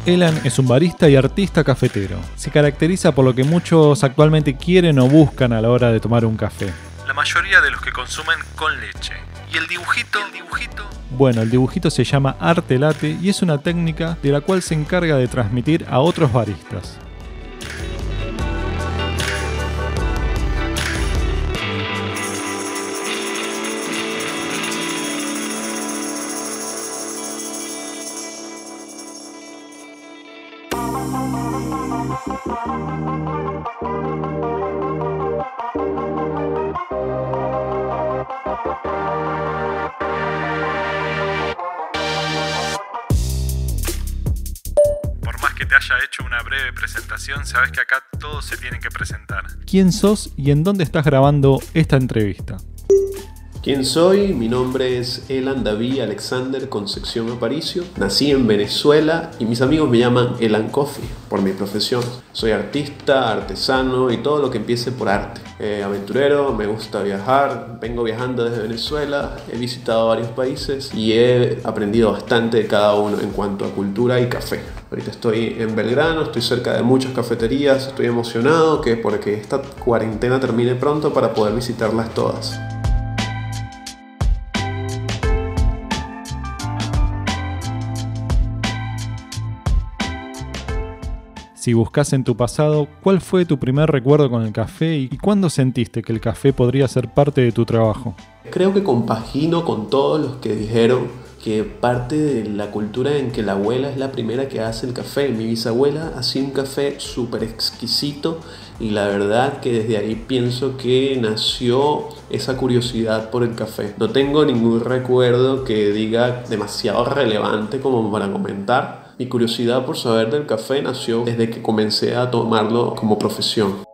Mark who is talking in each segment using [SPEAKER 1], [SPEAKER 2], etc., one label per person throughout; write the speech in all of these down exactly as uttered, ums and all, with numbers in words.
[SPEAKER 1] Elan es un barista y artista cafetero. Se caracteriza por lo que muchos actualmente quieren o buscan a la hora de tomar un café.
[SPEAKER 2] La mayoría de los que consumen con leche. ¿Y el dibujito? ¿El dibujito?
[SPEAKER 1] Bueno, el dibujito se llama arte latte y es una técnica de la cual se encarga de transmitir a otros baristas.
[SPEAKER 2] Por más que te haya hecho una breve presentación, sabes que acá todos se tienen que presentar.
[SPEAKER 1] ¿Quién sos y en dónde estás grabando esta entrevista?
[SPEAKER 3] ¿Quién soy? Mi nombre es Elan David Alexander Concepción Aparicio. Nací en Venezuela y mis amigos me llaman Elan Coffee por mi profesión. Soy artista, artesano y todo lo que empiece por arte. Eh, aventurero, me gusta viajar, vengo viajando desde Venezuela, he visitado varios países y he aprendido bastante de cada uno en cuanto a cultura y café. Ahorita estoy en Belgrano, estoy cerca de muchas cafeterías, estoy emocionado que porque esta cuarentena termine pronto para poder visitarlas todas.
[SPEAKER 1] Si buscas en tu pasado, ¿cuál fue tu primer recuerdo con el café y cuándo sentiste que el café podría ser parte de tu trabajo?
[SPEAKER 3] Creo que compagino con todos los que dijeron que parte de la cultura en que la abuela es la primera que hace el café. Mi bisabuela hacía un café súper exquisito y la verdad que desde ahí pienso que nació esa curiosidad por el café. No tengo ningún recuerdo que diga demasiado relevante como para comentar. Mi curiosidad por saber del café nació desde que comencé a tomarlo como profesión.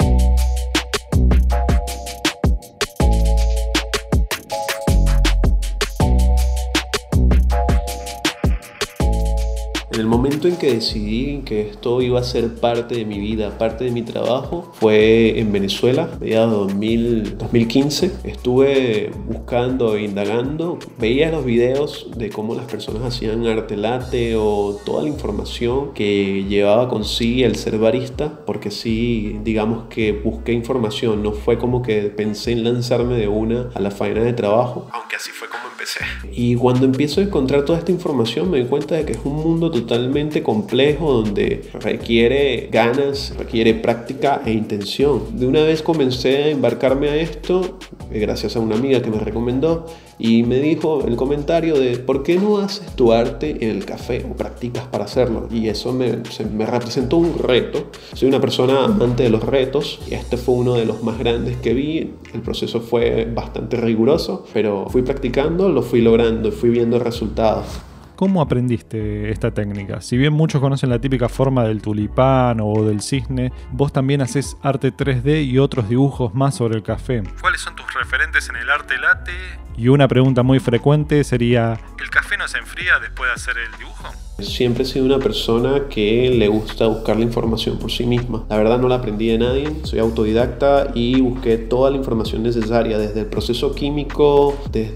[SPEAKER 3] En el momento en que decidí que esto iba a ser parte de mi vida, parte de mi trabajo, fue en Venezuela, mediados de dos mil quince. Estuve buscando e indagando, veía los videos de cómo las personas hacían arte latte o toda la información que llevaba consigo el ser barista, porque sí, digamos que busqué información, no fue como que pensé en lanzarme de una a la faena de trabajo, aunque así fue como empecé. Y cuando empiezo a encontrar toda esta información me doy cuenta de que es un mundo totalmente complejo donde requiere ganas, requiere práctica e intención. De una vez comencé a embarcarme a esto gracias a una amiga que me recomendó y me dijo el comentario de ¿por qué no haces tu arte en el café o practicas para hacerlo? Y eso me, se, me representó un reto. Soy una persona amante de los retos y este fue uno de los más grandes que vi. El proceso fue bastante riguroso, pero fui practicando, lo fui logrando y fui viendo resultados.
[SPEAKER 1] ¿Cómo aprendiste esta técnica? Si bien muchos conocen la típica forma del tulipán o del cisne, vos también haces arte tres D y otros dibujos más sobre el café.
[SPEAKER 2] ¿Cuáles son tus referentes en el arte latte?
[SPEAKER 1] Y una pregunta muy frecuente sería:
[SPEAKER 2] ¿el café no se enfría después de hacer el dibujo?
[SPEAKER 3] Siempre he sido una persona que le gusta buscar la información por sí misma. La verdad no la aprendí de nadie, soy autodidacta y busqué toda la información necesaria, desde el proceso químico,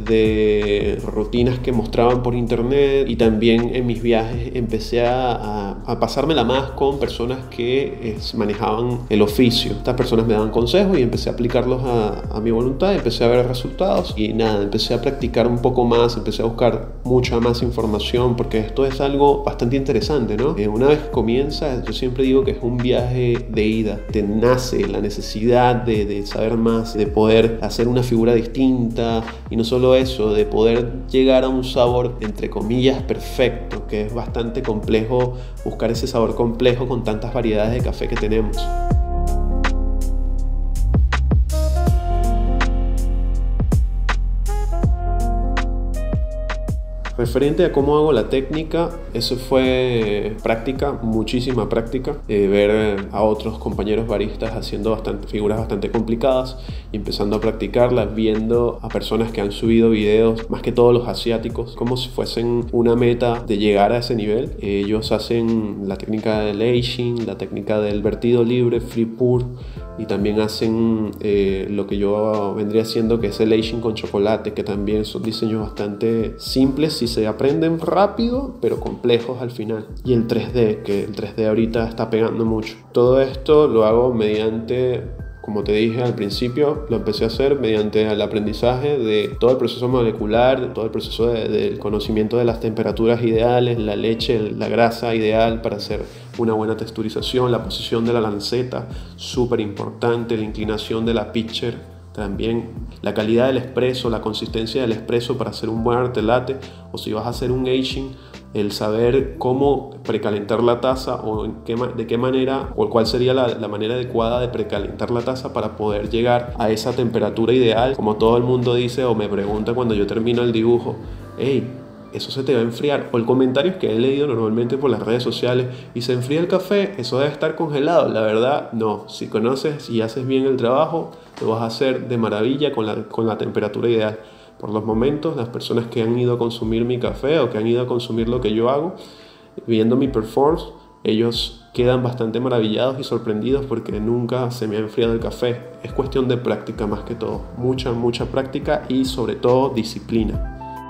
[SPEAKER 3] desde rutinas que mostraban por internet y también en mis viajes empecé a, a, a pasármela más con personas que es, manejaban el oficio. Estas personas me daban consejos y empecé a aplicarlos a, a mi voluntad, empecé a ver resultados y nada, empecé a practicar un poco más, empecé a buscar mucha más información porque esto es algo bastante interesante, ¿no? Eh, una vez que comienza, yo siempre digo que es un viaje de ida. Te nace la necesidad de, de saber más, de poder hacer una figura distinta y no solo eso, de poder llegar a un sabor, entre comillas, perfecto, que es bastante complejo buscar ese sabor complejo con tantas variedades de café que tenemos. Referente a cómo hago la técnica, eso fue práctica, muchísima práctica, eh, ver a otros compañeros baristas haciendo bastante, figuras bastante complicadas y empezando a practicarlas, viendo a personas que han subido videos, más que todos los asiáticos, como si fuesen una meta de llegar a ese nivel. Ellos hacen la técnica del aging, la técnica del vertido libre, free pour, y también hacen eh, lo que yo vendría haciendo, que es el aging con chocolate, que también son diseños bastante simples sí se aprenden rápido, pero complejos al final. Y el tres D, que el tres D ahorita está pegando mucho. Todo esto lo hago mediante, como te dije al principio, lo empecé a hacer mediante el aprendizaje de todo el proceso molecular, todo el proceso de, del conocimiento de las temperaturas ideales, la leche, la grasa ideal para hacer una buena texturización, la posición de la lanceta, súper importante, la inclinación de la pitcher, también la calidad del espresso, la consistencia del espresso para hacer un buen arte latte, o si vas a hacer un aging, el saber cómo precalentar la taza o en qué, de qué manera o cuál sería la, la manera adecuada de precalentar la taza para poder llegar a esa temperatura ideal. Como todo el mundo dice o me pregunta cuando yo termino el dibujo, hey, eso se te va a enfriar. O el comentario que he leído normalmente por las redes sociales, y se enfría el café, eso debe estar congelado. La verdad, no. Si conoces y haces bien el trabajo, lo vas a hacer de maravilla con la, con la temperatura ideal. Por los momentos, las personas que han ido a consumir mi café o que han ido a consumir lo que yo hago, viendo mi performance, ellos quedan bastante maravillados y sorprendidos porque nunca se me ha enfriado el café. Es cuestión de práctica más que todo. Mucha, mucha práctica y sobre todo disciplina.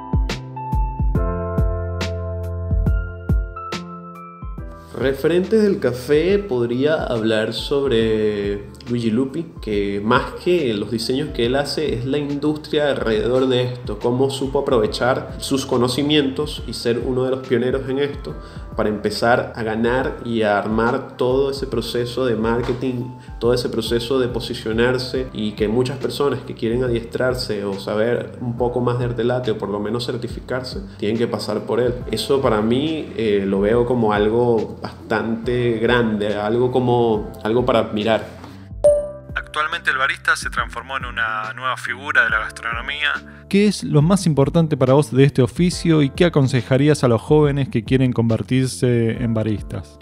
[SPEAKER 3] Referente del café, podría hablar sobre Luigi Lupi, que más que los diseños que él hace es la industria alrededor de esto, cómo supo aprovechar sus conocimientos y ser uno de los pioneros en esto para empezar a ganar y a armar todo ese proceso de marketing, todo ese proceso de posicionarse, y que muchas personas que quieren adiestrarse o saber un poco más de arte latte o por lo menos certificarse, tienen que pasar por él. Eso para mí eh, lo veo como algo bastante grande, algo como algo para admirar.
[SPEAKER 2] Actualmente el barista se transformó en una nueva figura de la gastronomía.
[SPEAKER 1] ¿Qué es lo más importante para vos de este oficio y qué aconsejarías a los jóvenes que quieren convertirse en baristas?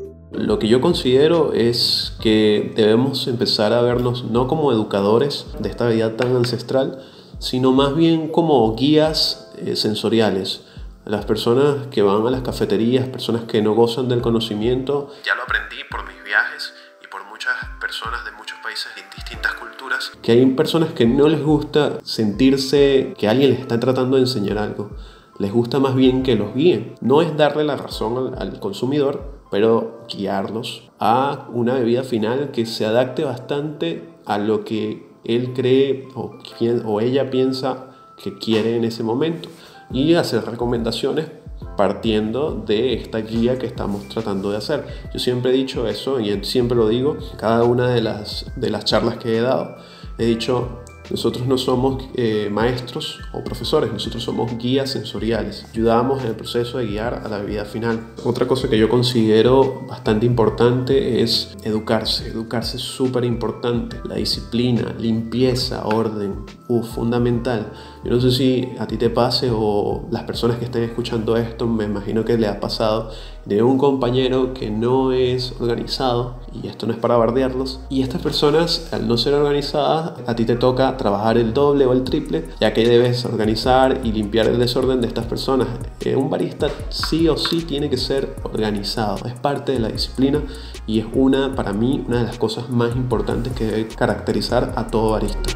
[SPEAKER 3] Lo que yo considero es que debemos empezar a vernos no como educadores de esta vida tan ancestral, sino más bien como guías eh, sensoriales. Las personas que van a las cafeterías, personas que no gozan del conocimiento, ya lo aprendí por mis viajes y por muchas personas de muchos países en distintas culturas, que hay personas que no les gusta sentirse que alguien les está tratando de enseñar algo. Les gusta más bien que los guíen. No es darle la razón al, al consumidor, pero guiarlos a una bebida final que se adapte bastante a lo que él cree o, quien, o ella piensa que quiere en ese momento, y hacer recomendaciones partiendo de esta guía que estamos tratando de hacer. Yo siempre he dicho eso y siempre lo digo, cada una de las, de las charlas que he dado, he dicho: nosotros no somos eh, maestros o profesores, nosotros somos guías sensoriales. Ayudamos en el proceso de guiar a la bebida final. Otra cosa que yo considero bastante importante es educarse. Educarse es súper importante. La disciplina, limpieza, orden, uh, fundamental. Yo no sé si a ti te pase o las personas que estén escuchando esto, me imagino que le ha pasado, de un compañero que no es organizado, y esto no es para bardearlos, y estas personas, al no ser organizadas, a ti te toca trabajar el doble o el triple, ya que debes organizar y limpiar el desorden de estas personas. Eh, un barista sí o sí tiene que ser organizado, es parte de la disciplina y es una, para mí, una de las cosas más importantes que debe caracterizar a todo barista.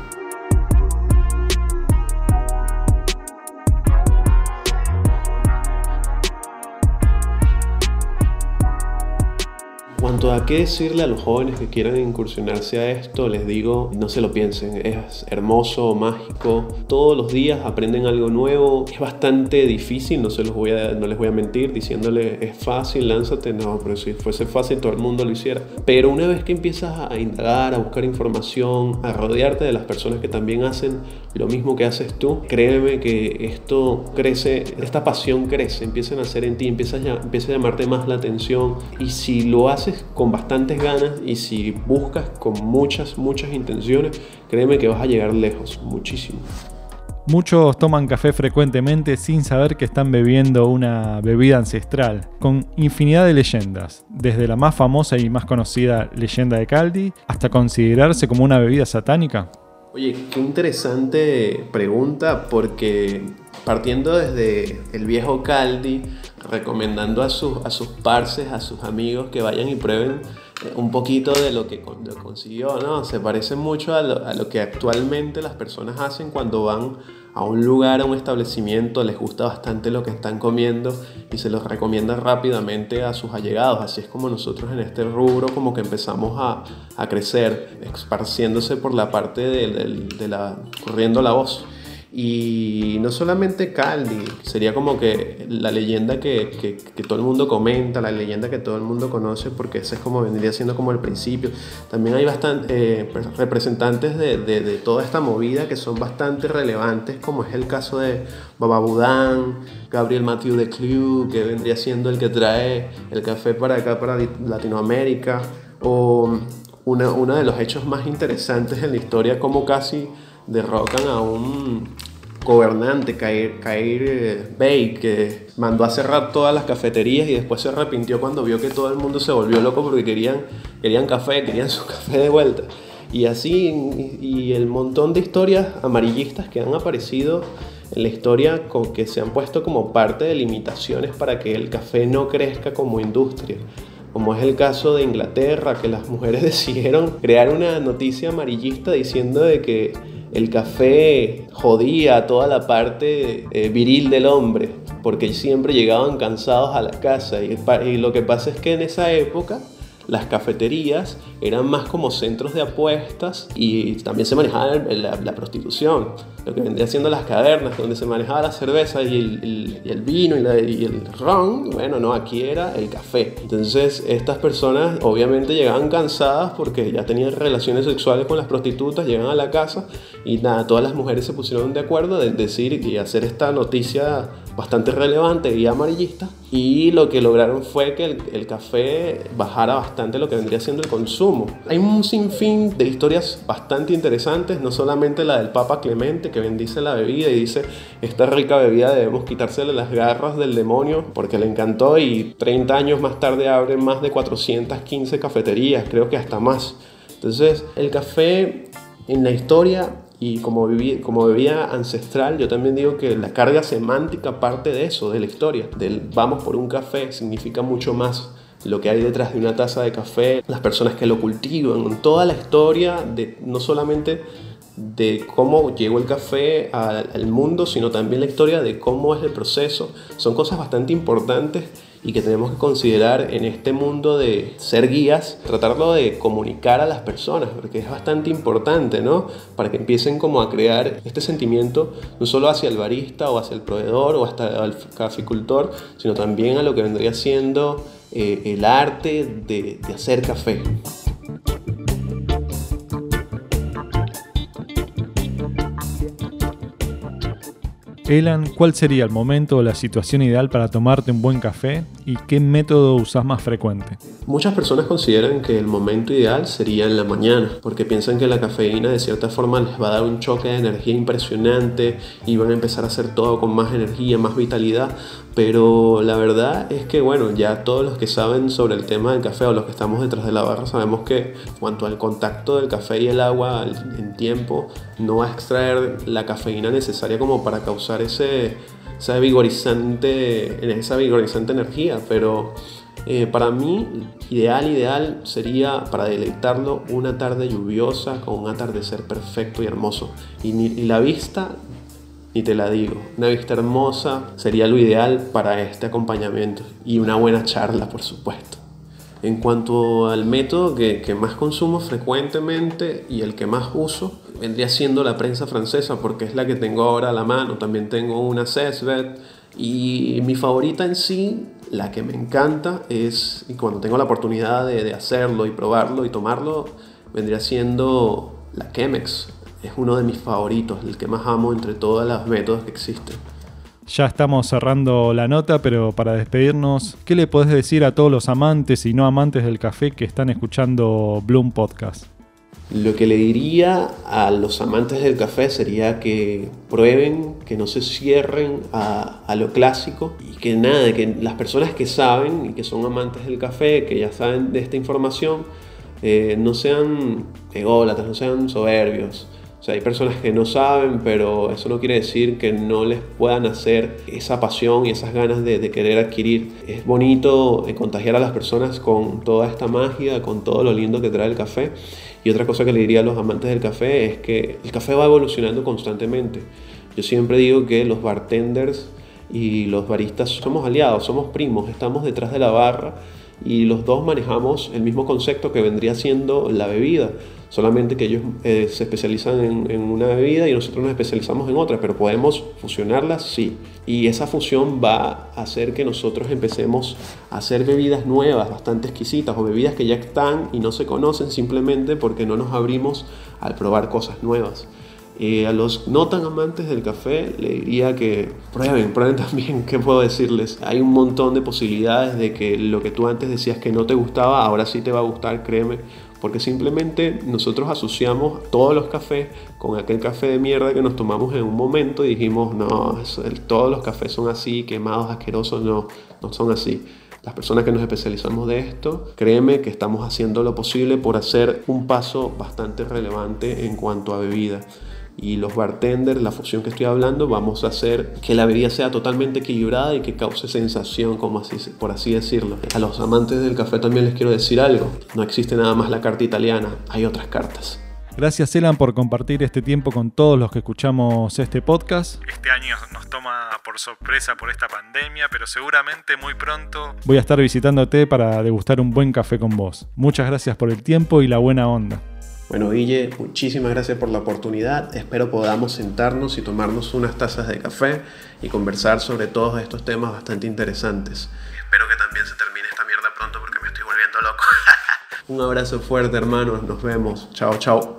[SPEAKER 3] En cuanto a qué decirle a los jóvenes que quieran incursionarse a esto, les digo, no se lo piensen, es hermoso, mágico, todos los días aprenden algo nuevo, es bastante difícil, no, se los voy a, no les voy a mentir diciéndoles es fácil, lánzate, no, pero si fuese fácil todo el mundo lo hiciera, pero una vez que empiezas a indagar, a buscar información, a rodearte de las personas que también hacen lo mismo que haces tú, créeme que esto crece, esta pasión crece, empieza a nacer en ti, empieza a, empieza a llamarte más la atención, y si lo haces con bastantes ganas y si buscas con muchas, muchas intenciones, créeme que vas a llegar lejos, muchísimo.
[SPEAKER 1] Muchos toman café frecuentemente sin saber que están bebiendo una bebida ancestral, con infinidad de leyendas, desde la más famosa y más conocida leyenda de Caldi, hasta considerarse como una bebida satánica.
[SPEAKER 3] Oye, qué interesante pregunta, porque partiendo desde el viejo Caldi, recomendando a sus, a sus parces, a sus amigos que vayan y prueben un poquito de lo que consiguió, ¿no? Se parece mucho a lo, a lo que actualmente las personas hacen cuando van a un lugar, a un establecimiento, les gusta bastante lo que están comiendo y se los recomienda rápidamente a sus allegados. Así es como nosotros en este rubro como que empezamos a, a crecer, esparciéndose por la parte de, de, de la, corriendo la voz. Y no solamente Caldi, sería como que la leyenda que, que, que todo el mundo comenta, la leyenda que todo el mundo conoce, porque ese es como vendría siendo como el principio. También hay bastante, eh, representantes de, de, de toda esta movida que son bastante relevantes, como es el caso de Baba Boudin, Gabriel Mathieu de Clue, que vendría siendo el que trae el café para acá, para Latinoamérica, o una, uno de los hechos más interesantes en la historia, como casi derrocan a un gobernante, Kair, Kair Bey, que mandó a cerrar todas las cafeterías y después se arrepintió cuando vio que todo el mundo se volvió loco porque querían, querían café, querían su café de vuelta. Y así, y el montón de historias amarillistas que han aparecido en la historia, con que se han puesto como parte de limitaciones para que el café no crezca como industria. Como es el caso de Inglaterra, que las mujeres decidieron crear una noticia amarillista diciendo de que el café jodía toda la parte eh, viril del hombre, porque siempre llegaban cansados a la casa. Y, y lo que pasa es que en esa época las cafeterías eran más como centros de apuestas y también se manejaba la, la prostitución, lo que vendría siendo las cavernas, donde se manejaba la cerveza y el, el, y el vino y, la, y el ron. Bueno, no, aquí era el café. Entonces estas personas obviamente llegaban cansadas porque ya tenían relaciones sexuales con las prostitutas, llegan a la casa y nada, todas las mujeres se pusieron de acuerdo de decir y hacer esta noticia bastante relevante y amarillista, y lo que lograron fue que el, el café bajara bastante lo que vendría siendo el consumo. Hay un sinfín de historias bastante interesantes, no solamente la del Papa Clemente, que bendice la bebida y dice: esta rica bebida debemos quitársele las garras del demonio porque le encantó, y treinta años más tarde abren más de cuatrocientas quince cafeterías, creo que hasta más. Entonces el café en la historia y como, viví, como bebida ancestral, yo también digo que la carga semántica parte de eso, de la historia, del vamos por un café, significa mucho más lo que hay detrás de una taza de café, las personas que lo cultivan, toda la historia de no solamente de cómo llegó el café al, al mundo, sino también la historia de cómo es el proceso. Son cosas bastante importantes y que tenemos que considerar en este mundo de ser guías, tratarlo de comunicar a las personas, porque es bastante importante, ¿no? Para que empiecen como a crear este sentimiento, no solo hacia el barista o hacia el proveedor o hasta el caficultor, sino también a lo que vendría siendo eh, el arte de, de hacer café.
[SPEAKER 1] Elan, ¿cuál sería el momento o la situación ideal para tomarte un buen café y qué método usás más frecuente?
[SPEAKER 3] Muchas personas consideran que el momento ideal sería en la mañana, porque piensan que la cafeína de cierta forma les va a dar un choque de energía impresionante y van a empezar a hacer todo con más energía, más vitalidad. Pero la verdad es que, bueno, ya todos los que saben sobre el tema del café o los que estamos detrás de la barra sabemos que en cuanto al contacto del café y el agua en tiempo, no va a extraer la cafeína necesaria como para causar ese, esa vigorizante, esa vigorizante energía. Pero eh, para mí, ideal, ideal sería para deleitarlo una tarde lluviosa con un atardecer perfecto y hermoso. Y, ni, y la vista... Y te la digo, una vista hermosa sería lo ideal para este acompañamiento y una buena charla, por supuesto. En cuanto al método que, que más consumo frecuentemente y el que más uso, vendría siendo la prensa francesa, porque es la que tengo ahora a la mano. También tengo una Cesvet y mi favorita en sí, la que me encanta, es, y cuando tengo la oportunidad de, de hacerlo y probarlo y tomarlo, vendría siendo la Chemex. Es uno de mis favoritos, el que más amo entre todos los métodos que existen.
[SPEAKER 1] Ya estamos cerrando la nota, pero para despedirnos, ¿qué le podés decir a todos los amantes y no amantes del café que están escuchando Bloom Podcast?
[SPEAKER 3] Lo que le diría a los amantes del café sería que prueben, que no se cierren a, a lo clásico y que nada, que las personas que saben y que son amantes del café, que ya saben de esta información, eh, no sean ególatras, no sean soberbios. O sea, hay personas que no saben, pero eso no quiere decir que no les puedan hacer esa pasión y esas ganas de, de querer adquirir. Es bonito contagiar a las personas con toda esta magia, con todo lo lindo que trae el café. Y otra cosa que le diría a los amantes del café es que el café va evolucionando constantemente. Yo siempre digo que los bartenders y los baristas somos aliados, somos primos, estamos detrás de la barra y los dos manejamos el mismo concepto que vendría siendo la bebida, solamente que ellos eh, se especializan en, en una bebida y nosotros nos especializamos en otra, pero podemos fusionarlas, sí. Y esa fusión va a hacer que nosotros empecemos a hacer bebidas nuevas, bastante exquisitas, o bebidas que ya están y no se conocen simplemente porque no nos abrimos al probar cosas nuevas. Eh, a los no tan amantes del café le diría que prueben, prueben también. ¿Qué puedo decirles? Hay un montón de posibilidades de que lo que tú antes decías que no te gustaba, ahora sí te va a gustar, créeme. Porque simplemente nosotros asociamos todos los cafés con aquel café de mierda que nos tomamos en un momento y dijimos, no, eso, el, todos los cafés son así, quemados, asquerosos, no, no son así. Las personas que nos especializamos de esto, créeme que estamos haciendo lo posible por hacer un paso bastante relevante en cuanto a bebida. Y los bartenders, la fusión que estoy hablando, vamos a hacer que la bebida sea totalmente equilibrada y que cause sensación, como así, por así decirlo. A los amantes del café también les quiero decir algo. No existe nada más la carta italiana, hay otras cartas.
[SPEAKER 1] Gracias, Elan, por compartir este tiempo con todos los que escuchamos este podcast.
[SPEAKER 2] Este año nos toma por sorpresa por esta pandemia, pero seguramente muy pronto
[SPEAKER 1] voy a estar visitándote para degustar un buen café con vos. Muchas gracias por el tiempo y la buena onda.
[SPEAKER 3] Bueno, Guille, muchísimas gracias por la oportunidad. Espero podamos sentarnos y tomarnos unas tazas de café y conversar sobre todos estos temas bastante interesantes. Espero que también se termine esta mierda pronto porque me estoy volviendo loco. Un abrazo fuerte, hermanos. Nos vemos. Chao, chao.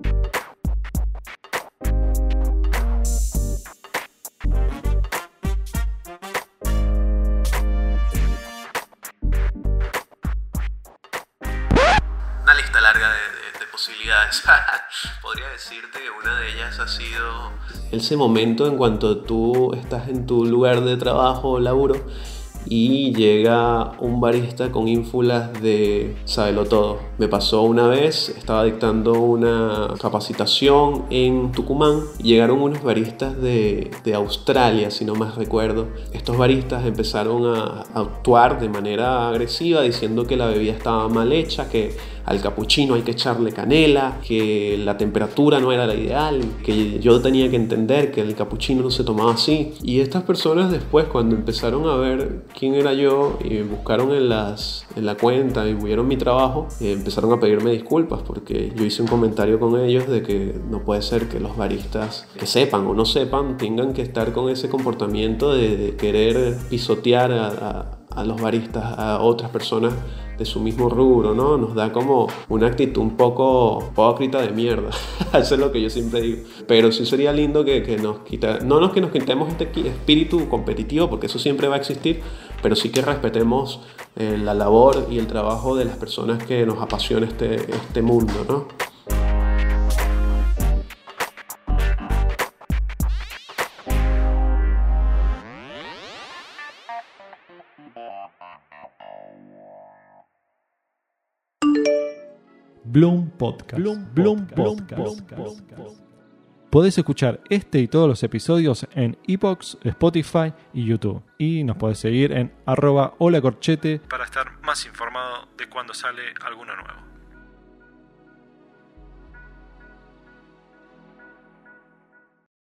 [SPEAKER 3] Una lista larga de, de, de posibilidades. Podría decirte que una de ellas ha sido ese momento en cuanto tú estás en tu lugar de trabajo o laburo y llega un barista con ínfulas de sábelo todo. Me pasó una vez, estaba dictando una capacitación en Tucumán y llegaron unos baristas de, de Australia, si no más recuerdo. Estos baristas empezaron a, a actuar de manera agresiva diciendo que la bebida estaba mal hecha, que al capuchino hay que echarle canela, que la temperatura no era la ideal, que yo tenía que entender que el capuchino no se tomaba así. Y estas personas después, cuando empezaron a ver quién era yo y buscaron en, las, en la cuenta y vieron mi trabajo, eh, empezaron a pedirme disculpas porque yo hice un comentario con ellos de que no puede ser que los baristas, que sepan o no sepan, tengan que estar con ese comportamiento de, de querer pisotear a, a, a los baristas, a otras personas de su mismo rubro, ¿no? Nos da como una actitud un poco hipócrita de mierda. Eso es lo que yo siempre digo. Pero sí sería lindo que, que nos quita, no nos que nos quitemos este espíritu competitivo, porque eso siempre va a existir, pero sí que respetemos eh, la labor y el trabajo de las personas que nos apasiona este, este mundo, ¿no?
[SPEAKER 1] Bloom Podcast. Bloom, Bloom Podcast. Podcast. Podés escuchar este y todos los episodios en iVoox, Spotify y YouTube. Y nos podés seguir en arroba holacorchete
[SPEAKER 2] para estar más informado de cuando sale alguno nuevo.